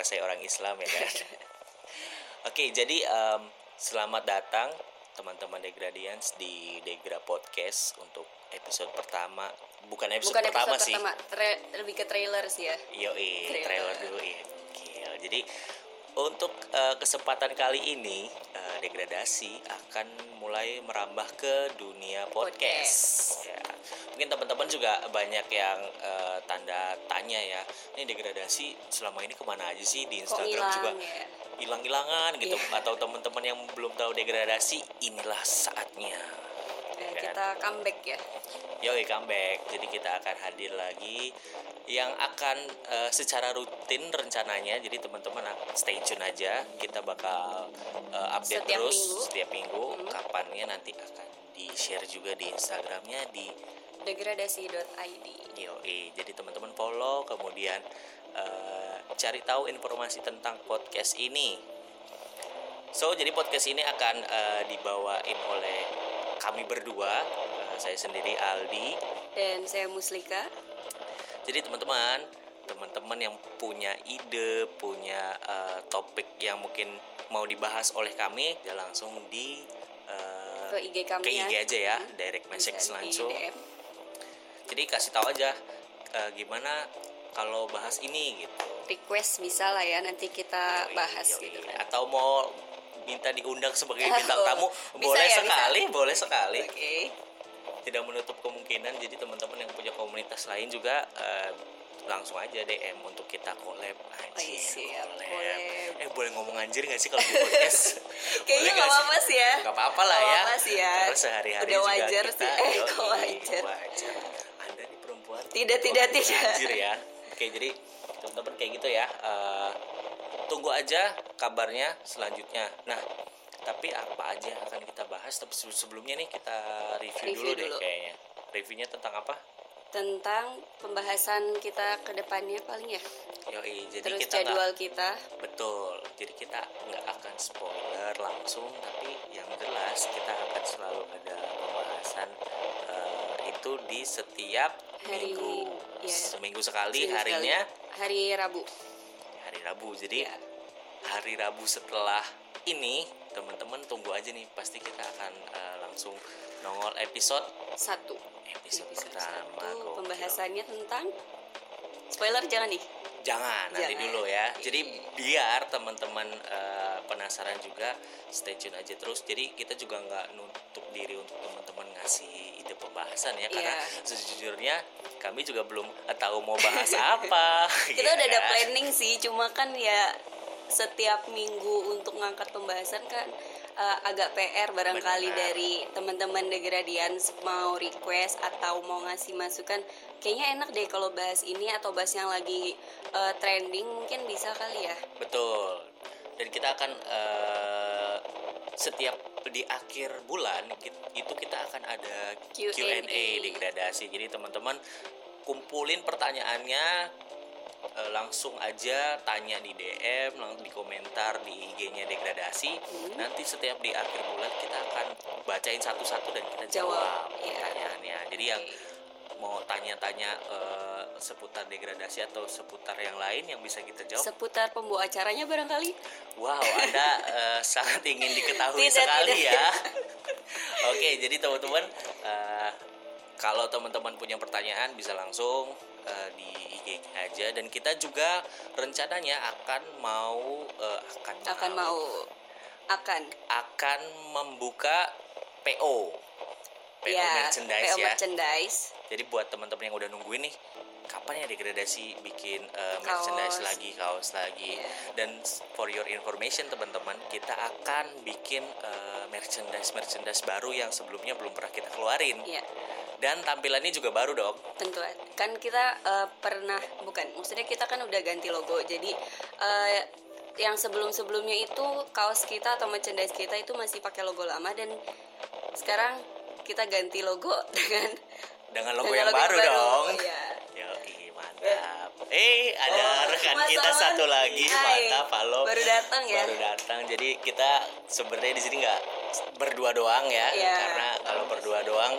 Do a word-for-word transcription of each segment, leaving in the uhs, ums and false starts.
saya orang Islam ya kan. Oke, jadi um, selamat datang teman-teman Degradians di Degra Podcast untuk episode pertama. Bukan episode Bukan pertama episode sih. pertama, tra- lebih ke trailer sih ya. Yoi, trailer, Trailer. dulu ya. Gokil. Jadi untuk uh, kesempatan kali ini uh, Degradasi akan mulai merambah ke dunia podcast. Podcast. Ya. Mungkin teman-teman juga banyak yang uh, tanda tanya ya. Ini Degradasi selama ini kemana aja sih di Kok Instagram hilang juga ya? hilang-hilangan gitu. Iya. Atau teman-teman yang belum tahu Degradasi, inilah saatnya. Eh, Kan? kita comeback ya. Yoi, comeback. Jadi kita akan hadir lagi yang akan uh, secara rutin rencananya. Jadi teman-teman stay tune aja. Kita bakal uh, update Setiap terus minggu. setiap minggu. Hmm. Kapannya nanti akan di-share juga di Instagramnya di degradasi dot i d. Yoi. Jadi teman-teman follow, kemudian uh, cari tahu informasi tentang podcast ini. So, jadi podcast ini akan uh, dibawain oleh kami berdua. Uh, saya sendiri Aldi. Dan saya Muslika. Jadi teman-teman, teman-teman yang punya ide, punya uh, topik yang mungkin mau dibahas oleh kami, ya langsung di uh, Ke I G kami ke I G ya. aja ya, direct message Bisa di langsung. D M. Jadi kasih tahu aja uh, gimana kalau bahas ini gitu. Request bisa lah ya, nanti kita Yoi, bahas yoi. gitu kan. Atau mau minta diundang sebagai bintang Oh, tamu, bisa boleh ya, sekali, boleh sekali. Oke. Tidak menutup kemungkinan. Jadi teman-teman yang punya komunitas lain juga uh, langsung aja D M untuk kita collab. Anjir, Oh, siap, collab. collab. Eh boleh ngomong anjir gak sih kalau di podcast? Kayaknya nggak apa-apa sih ya. Gak apa-apa lah Nggak ya. apa-apa sih ya. Terus sehari-hari Udah juga wajar kita, sih. Eh, yoi, kok wajar? wajar. Anda nih perempuan. Tidak, tidak, ngomong tidak. Anjir ya. Oke, jadi teman-teman kayak gitu ya. Uh, tunggu aja kabarnya selanjutnya. Nah, tapi apa aja yang akan kita bahas? Tapi sebelumnya nih kita review, Review dulu deh dulu. kayaknya. Reviewnya tentang apa? Tentang pembahasan kita ke depannya paling ya. Yoi, jadi Terus kita jadwal nggak- kita. betul. Jadi kita nggak akan spoiler langsung, tapi yang jelas kita akan selalu ada pembahasan uh, itu di setiap Hari- minggu. ya. Seminggu sekali Seminggu harinya sekali. Hari Rabu. hari Rabu. Jadi Ya. hari Rabu setelah ini teman-teman tunggu aja nih, pasti kita akan uh, langsung nongol episode Satu. episode, Episode pertama. satu, Gokil. pembahasannya tentang spoiler jangan nih. Jangan, nanti Jangan. dulu ya. Iya. Jadi biar teman-teman uh, penasaran juga, stay tune aja terus. Jadi kita juga nggak nutup diri untuk teman-teman ngasih ide pembahasan ya, karena Iya. sejujurnya kami juga belum tahu mau bahas apa. Kita ya udah ada kan? planning sih, cuma kan ya setiap minggu untuk ngangkat pembahasan kan uh, agak P R barangkali Benar. dari teman-teman Degradians mau request atau mau ngasih masukan. Kayaknya enak deh kalau bahas ini atau bahas yang lagi uh, trending, mungkin bisa kali ya. Betul. Dan kita akan uh, setiap di akhir bulan kit- itu kita akan ada Q and A. Q and A Degradasi. Jadi teman-teman kumpulin pertanyaannya, uh, langsung aja tanya di D M, langsung di komentar di I G-nya Degradasi. Hmm. Nanti setiap di akhir bulan kita akan bacain satu-satu dan kita Jawab, jawab iya. pertanyaannya. Jadi yang mau tanya-tanya uh, seputar degradasi atau seputar yang lain yang bisa kita jawab. Seputar pembawa acaranya barangkali. Wow, Anda uh, sangat ingin diketahui Tidak, sekali tidak. ya. Oke, jadi teman-teman, uh, kalau teman-teman punya pertanyaan bisa langsung uh, di I G aja. Dan kita juga rencananya akan mau uh, akan Akan mau akan akan membuka P O P O ya, merchandise P O ya. merchandise. Jadi buat teman-teman yang udah nungguin nih, kapan ya Degradasi bikin uh, merchandise Kaos. lagi, kaos lagi. Iya. Dan for your information teman-teman, kita akan bikin uh, merchandise merchandise baru yang sebelumnya belum pernah kita keluarin. Iya. Dan tampilannya juga baru dong. Tentu kan kita uh, pernah bukan maksudnya kita kan udah ganti logo, jadi uh, yang sebelum-sebelumnya itu kaos kita atau merchandise kita itu masih pakai logo lama, dan sekarang kita ganti logo dengan Dengan logo dengan yang baru, dong. Iya. Yoi, mantap. Eh, ada Oh, rekan Mas kita Alan. satu lagi, Hai. mantap. Halo. Baru datang ya. Baru datang. Jadi kita sebenarnya di sini nggak berdua doang ya, Iya. karena kalau berdua doang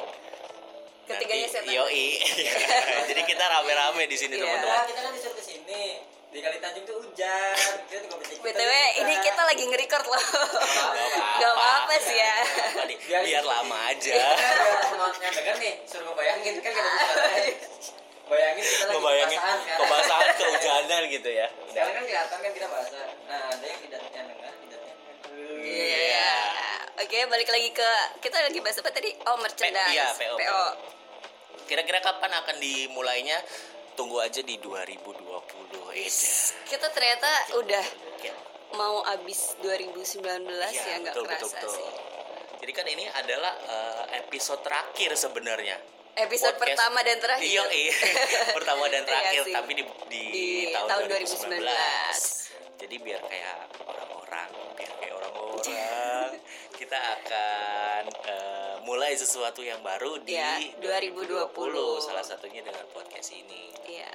Ketiganya nanti- setan. Yoi. Jadi kita rame-rame di sini Iya. teman-teman. Kita kan disuruh ke sini. Di Kali Tanjung tuh hujan. Kita juga bisa B T W ini kita lagi nge-record loh. Nggak Gak apa-apa sih ya. Apa nih, Biar- biar lama aja. Kalau yang denger nih suruh ngebayangin kan kita bisa bayangin kita lagi Ngebayangin kebasahan kan. kebasahan kehujanan gitu ya. Sekarang kan kelihatan kan kita basah. Nah, ada yang tidak yang dengar tidak yang Iya. Oke, balik lagi ke kita lagi bahas apa tadi? Oh, merchandise. Iya, P O. P O. Kira-kira kapan akan dimulainya? Tunggu aja di dua ribu dua puluh. Eda. Kita ternyata udah Ya. mau abis dua ribu sembilan belas Iya, ya, nggak betul, kerasa betul, betul. sih. Jadi kan ini adalah eh, episode terakhir sebenarnya. Episode Podcast- pertama dan terakhir. Iya, iya. Pertama dan Iya terakhir, sih. tapi di, di, Di tahun, tahun dua ribu sembilan belas. dua ribu sembilan belas. Jadi biar kayak orang-orang, biar kayak orang-orang, kita akan eh, mulai sesuatu yang baru di Iya, dua ribu dua puluh. Salah satunya dengan podcast ini. Iya.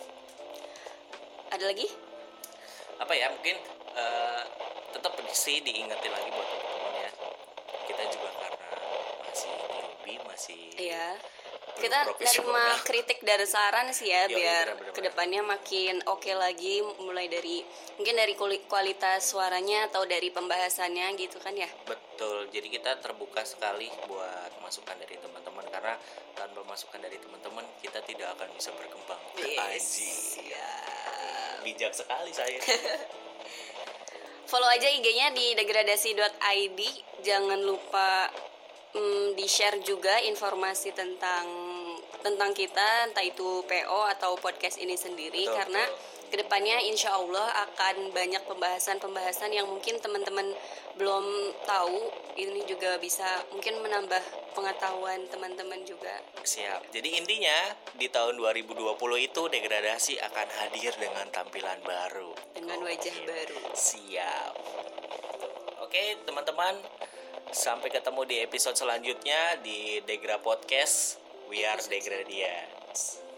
Ada lagi? Apa ya, mungkin eh, tetap sih diingetin lagi buat teman-teman ya. Kita juga karena masih newbie, masih Iya. belum Kita profesional. nerima kritik dan saran sih ya, Iya, biar bener-bener. kedepannya makin oke lagi, mulai dari mungkin dari kuli- kualitas suaranya atau dari pembahasannya gitu kan ya. Betul, jadi kita terbuka sekali buat masukan dari teman-teman, karena tanpa masukan dari teman-teman kita tidak akan bisa berkembang. Anjing. Ya. Bijak sekali saya. Follow aja I G-nya di degradasi dot i d. Jangan lupa mm, di-share juga informasi tentang tentang kita, entah itu P O atau podcast ini sendiri. Betul, Karena betul. kedepannya insya Allah akan banyak pembahasan-pembahasan yang mungkin teman-teman belum tahu. Ini juga bisa mungkin menambah pengetahuan teman-teman juga. Siap. Jadi intinya di tahun dua ribu dua puluh itu degradasi akan hadir dengan tampilan baru. Dengan wajah Oke. baru. Siap. Oke, teman-teman. Sampai ketemu di episode selanjutnya di Degra Podcast. We are Degradians.